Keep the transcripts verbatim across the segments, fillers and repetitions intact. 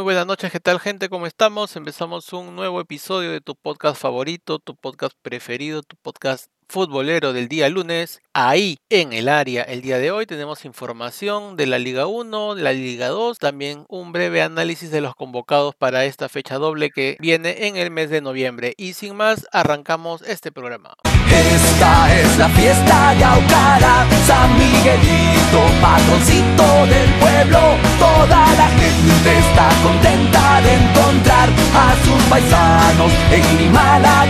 Muy buenas noches, ¿qué tal, gente? ¿Cómo estamos? Empezamos un nuevo episodio de tu podcast favorito, tu podcast preferido, tu podcast futbolero del día lunes. Ahí en el área, el día de hoy tenemos información de la Liga uno, de la Liga dos, también un breve análisis de los convocados para esta fecha doble que viene en el mes de noviembre. Y sin más, arrancamos este programa. Esta es la fiesta de Aucara, San Miguelito, patroncito del pueblo. Toda la gente está contenta de encontrar a sus paisanos en Lima, la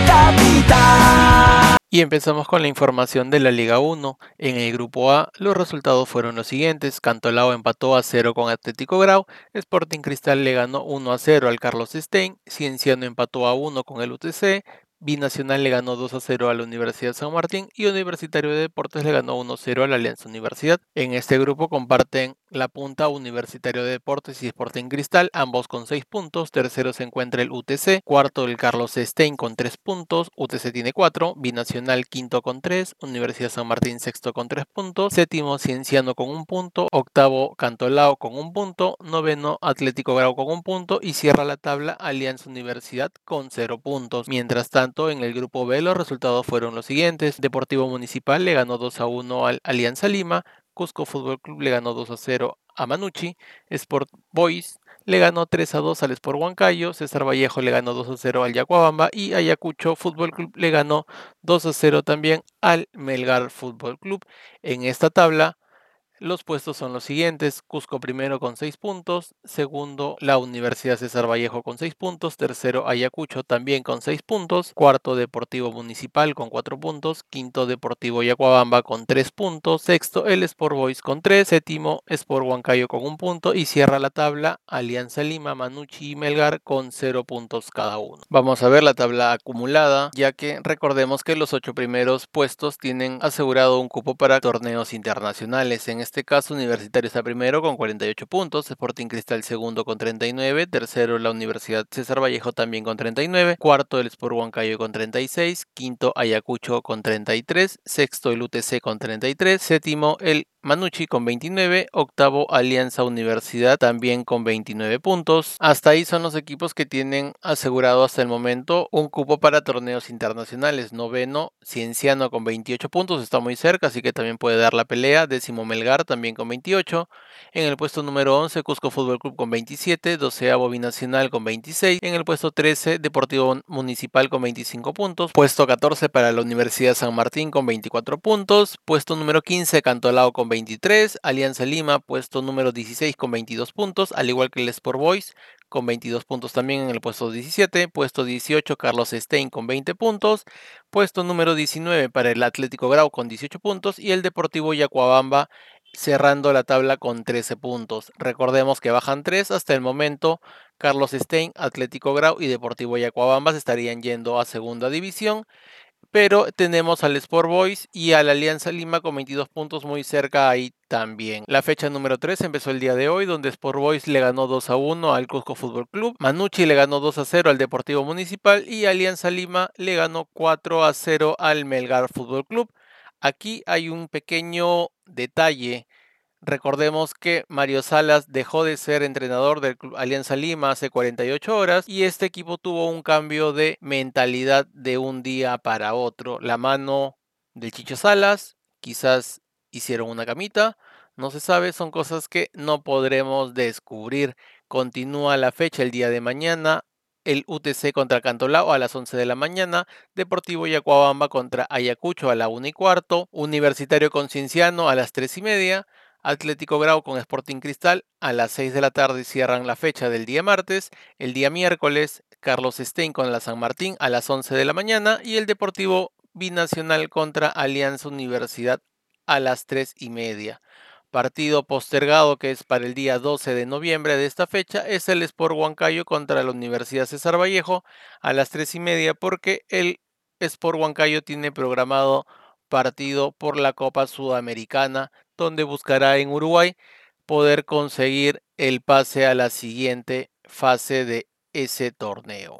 capital. Y empezamos con la información de la Liga uno. En el grupo A, los resultados fueron los siguientes. Cantolao empató a cero con Atlético Grau, Sporting Cristal le ganó uno a cero al Carlos Stein, Cienciano empató a uno con el U T C, Binacional le ganó dos a cero a la Universidad San Martín y Universitario de Deportes le ganó uno a cero a la Alianza Universidad. En este grupo comparten la punta Universitario de Deportes y Sporting Cristal, ambos con seis puntos. Tercero se encuentra el U T C, cuarto el Carlos Stein con tres puntos, U T C tiene cuatro, Binacional quinto con tres, Universidad San Martín sexto con tres puntos, séptimo Cienciano con un punto, octavo Cantolao con un punto, noveno Atlético Grau con un punto y cierra la tabla Alianza Universidad con cero puntos. Mientras tanto, en el grupo B los resultados fueron los siguientes. Deportivo Municipal le ganó dos a uno al Alianza Lima, Cusco Fútbol Club le ganó dos a cero a Manucci, Sport Boys le ganó tres a dos al Sport Huancayo, César Vallejo le ganó dos a cero al Yacuabamba y Ayacucho Fútbol Club le ganó dos a cero también al Melgar Fútbol Club. En esta tabla los puestos son los siguientes: Cusco primero con seis puntos, segundo la Universidad César Vallejo con seis puntos, tercero Ayacucho también con seis puntos, cuarto Deportivo Municipal con cuatro puntos, quinto Deportivo Yacuabamba con tres puntos, sexto el Sport Boys con tres, séptimo Sport Huancayo con un punto y cierra la tabla Alianza Lima, Manucci y Melgar con cero puntos cada uno. Vamos a ver la tabla acumulada, ya que recordemos que los ocho primeros puestos tienen asegurado un cupo para torneos internacionales. En este caso, Universitario está primero con cuarenta y ocho puntos, Sporting Cristal segundo con treinta y nueve, tercero la Universidad César Vallejo también con treinta y nueve, cuarto el Sport Huancayo con treinta y seis, quinto Ayacucho con treinta y tres, sexto el U T C con treinta y tres, séptimo el Manucci con veintinueve, octavo Alianza Universidad también con veintinueve puntos. Hasta ahí son los equipos que tienen asegurado hasta el momento un cupo para torneos internacionales. Noveno Cienciano con veintiocho puntos, está muy cerca, así que también puede dar la pelea. Décimo Melgar también con veintiocho. En el puesto número once Cusco Fútbol Club con veintisiete, doceavo Binacional con veintiséis. En el puesto trece Deportivo Municipal con veinticinco puntos. Puesto catorce para la Universidad San Martín con veinticuatro puntos. Puesto número quince Cantolao con veintitrés, Alianza Lima puesto número dieciséis con veintidós puntos, al igual que el Sport Boys con veintidós puntos también en el puesto diecisiete, puesto dieciocho Carlos Stein con veinte puntos, puesto número diecinueve para el Atlético Grau con dieciocho puntos y el Deportivo Yacuabamba cerrando la tabla con trece puntos. Recordemos que bajan tres hasta el momento. Carlos Stein, Atlético Grau y Deportivo Yacuabamba se estarían yendo a segunda división. Pero tenemos al Sport Boys y a la Alianza Lima con veintidós puntos muy cerca ahí también. La fecha número tres empezó el día de hoy, donde Sport Boys le ganó dos a uno al Cusco Fútbol Club, Manucci le ganó dos a cero al Deportivo Municipal y Alianza Lima le ganó cuatro a cero al Melgar Fútbol Club. Aquí hay un pequeño detalle. Recordemos que Mario Salas dejó de ser entrenador del Club Alianza Lima hace cuarenta y ocho horas y este equipo tuvo un cambio de mentalidad de un día para otro. La mano del Chicho Salas, quizás hicieron una camita, no se sabe, son cosas que no podremos descubrir. Continúa la fecha el día de mañana. El U T C contra Cantolao a las once de la mañana, Deportivo Yacuabamba contra Ayacucho a la una y cuarto, Universitario con Cienciano a las tres y media, Atlético Grau con Sporting Cristal a las seis de la tarde cierran la fecha del día martes. El día miércoles, Carlos Stein con la San Martín a las once de la mañana y el Deportivo Binacional contra Alianza Universidad a las tres y media. Partido postergado que es para el día doce de noviembre de esta fecha es el Sport Huancayo contra la Universidad César Vallejo a las tres y media porque el Sport Huancayo tiene programado partido por la Copa Sudamericana, donde buscará en Uruguay poder conseguir el pase a la siguiente fase de ese torneo.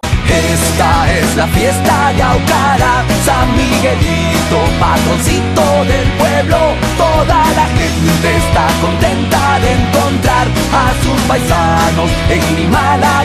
Esta es la fiesta de Aucara, San Miguelito, patroncito del pueblo. Toda la gente está contenta de encontrar encontrar a sus paisanos en Lima, la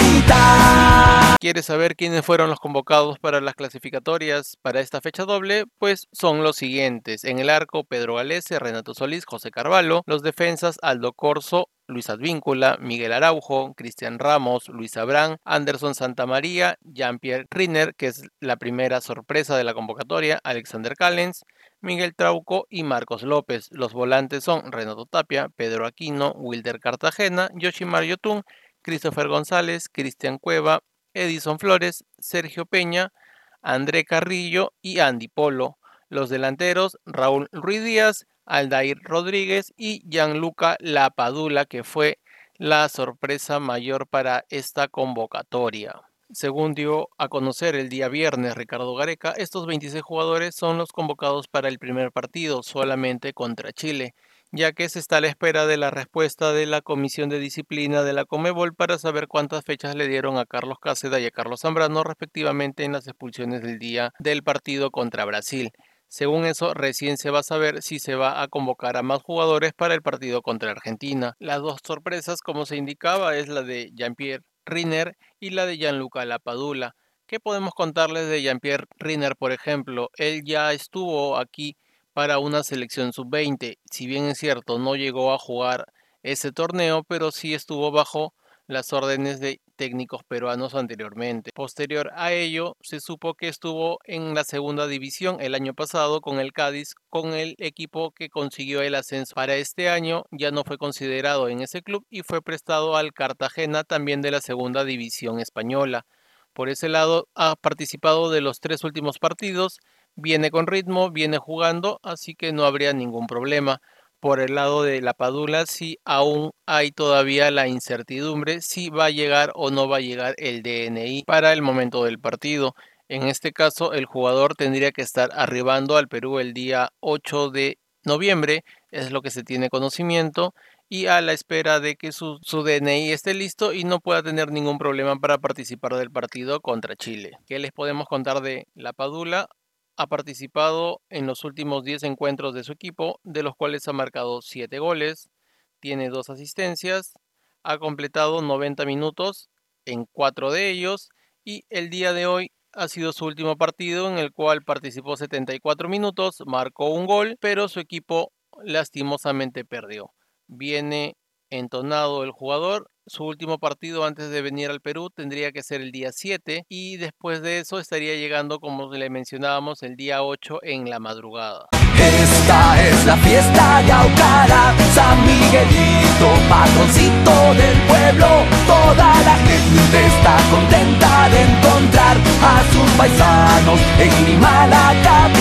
capital. ¿Quieres saber quiénes fueron los convocados para las clasificatorias para esta fecha doble? Pues son los siguientes. En el arco, Pedro Galese, Renato Solís, José Carvalho. Los defensas, Aldo Corso, Luis Advíncula, Miguel Araujo, Cristian Ramos, Luis Abrán, Anderson Santamaría, Jean-Pierre Riner, que es la primera sorpresa de la convocatoria, Alexander Callens, Miguel Trauco y Marcos López. Los volantes son Renato Tapia, Pedro Aquino, Wilder Cartagena, Yoshimar Yotun, Christopher González, Cristian Cueva, Edison Flores, Sergio Peña, André Carrillo y Andy Polo. Los delanteros, Raúl Ruiz Díaz, Aldair Rodríguez y Gianluca Lapadula, que fue la sorpresa mayor para esta convocatoria. Según dio a conocer el día viernes Ricardo Gareca, estos veintiséis jugadores son los convocados para el primer partido, solamente contra Chile, ya que se está a la espera de la respuesta de la Comisión de Disciplina de la Conmebol para saber cuántas fechas le dieron a Carlos Cáceda y a Carlos Zambrano respectivamente en las expulsiones del día del partido contra Brasil. Según eso, recién se va a saber si se va a convocar a más jugadores para el partido contra Argentina. Las dos sorpresas, como se indicaba, es la de Jean-Pierre Riner y la de Gianluca Lapadula. ¿Qué podemos contarles de Jean-Pierre Riner, por ejemplo? Él ya estuvo aquí para una selección sub veinte. Si bien es cierto, no llegó a jugar ese torneo, pero sí estuvo bajo las órdenes de técnicos peruanos anteriormente. Posterior a ello, se supo que estuvo en la segunda división el año pasado con el Cádiz, con el equipo que consiguió el ascenso. Para este año ya no fue considerado en ese club y fue prestado al Cartagena, también de la segunda división española. Por ese lado, ha participado de los tres últimos partidos, viene con ritmo, viene jugando, así que no habría ningún problema. Por el lado de la Padula, sí aún hay todavía la incertidumbre si va a llegar o no va a llegar el D N I para el momento del partido. En este caso, el jugador tendría que estar arribando al Perú el día ocho de noviembre, es lo que se tiene conocimiento, y a la espera de que su, su D N I esté listo y no pueda tener ningún problema para participar del partido contra Chile. ¿Qué les podemos contar de la Padula? Ha participado en los últimos diez encuentros de su equipo, de los cuales ha marcado siete goles, tiene dos asistencias, ha completado noventa minutos en cuatro de ellos y el día de hoy ha sido su último partido en el cual participó setenta y cuatro minutos, marcó un gol, pero su equipo lastimosamente perdió. Viene entonado el jugador. Su último partido antes de venir al Perú tendría que ser el día siete y después de eso estaría llegando, como le mencionábamos, el día ocho en la madrugada. Esta es la fiesta Yaucara, San Miguelito, patroncito del pueblo. Toda la gente está contenta de encontrar a sus paisanos en Lima, la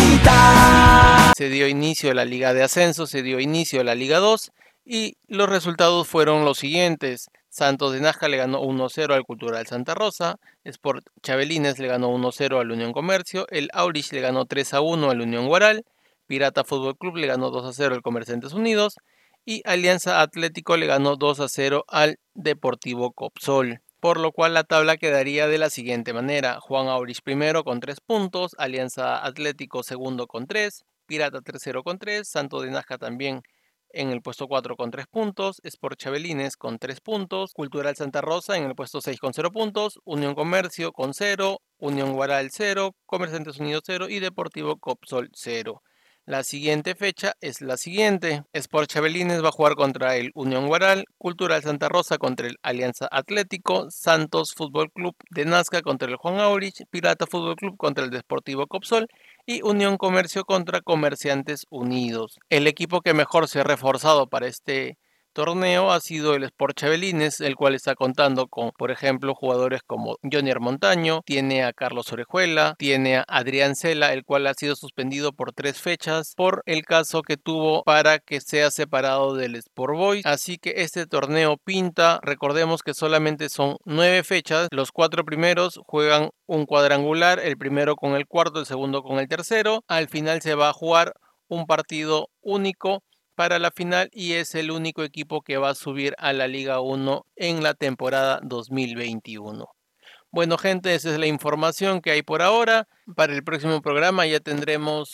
capital. Se dio inicio a la Liga de Ascenso, se dio inicio a la Liga dos y los resultados fueron los siguientes. Santos de Nazca le ganó uno cero al Cultural Santa Rosa, Sport Chabelines le ganó uno cero al Unión Comercio, el Aurich le ganó tres a uno al Unión Guaral, Pirata Fútbol Club le ganó dos a cero al Comerciantes Unidos y Alianza Atlético le ganó dos a cero al Deportivo Copsol. Por lo cual la tabla quedaría de la siguiente manera: Juan Aurich primero con tres puntos, Alianza Atlético segundo con tres, Pirata tercero con tres, Santos de Nazca también en el puesto cuatro con tres puntos, Sport Chabelines con tres puntos, Cultural Santa Rosa en el puesto seis con cero puntos, Unión Comercio con cero, Unión Guaral cero, Comerciantes Unidos cero y Deportivo Copsol cero. La siguiente fecha es la siguiente. Sport Chabelines va a jugar contra el Unión Guaral, Cultural Santa Rosa contra el Alianza Atlético, Santos Fútbol Club de Nazca contra el Juan Aurich, Pirata Fútbol Club contra el Deportivo Copsol y Unión Comercio contra Comerciantes Unidos. El equipo que mejor se ha reforzado para este torneo ha sido el Sport Chabelines, el cual está contando con, por ejemplo, jugadores como Jonier Montaño, tiene a Carlos Orejuela, tiene a Adrián Cela, el cual ha sido suspendido por tres fechas por el caso que tuvo para que sea separado del Sport Boys. Así que este torneo pinta. Recordemos que solamente son nueve fechas, los cuatro primeros juegan un cuadrangular, el primero con el cuarto, el segundo con el tercero. Al final se va a jugar un partido único para la final y es el único equipo que va a subir a la Liga uno en la temporada dos mil veintiuno. Bueno, gente, esa es la información que hay por ahora. Para el próximo programa ya tendremos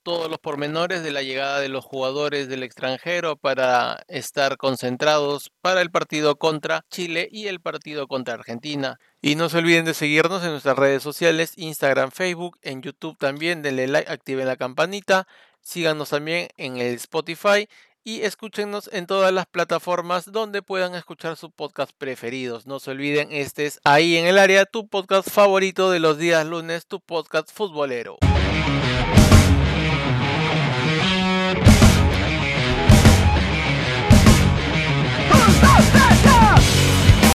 todos los pormenores de la llegada de los jugadores del extranjero para estar concentrados para el partido contra Chile y el partido contra Argentina. Y no se olviden de seguirnos en nuestras redes sociales, Instagram, Facebook, en YouTube también, denle like, activen la campanita, síganos también en el Spotify y escúchenos en todas las plataformas donde puedan escuchar sus podcast preferidos. No se olviden, este es Ahí en el Área, tu podcast favorito de los días lunes, tu podcast futbolero.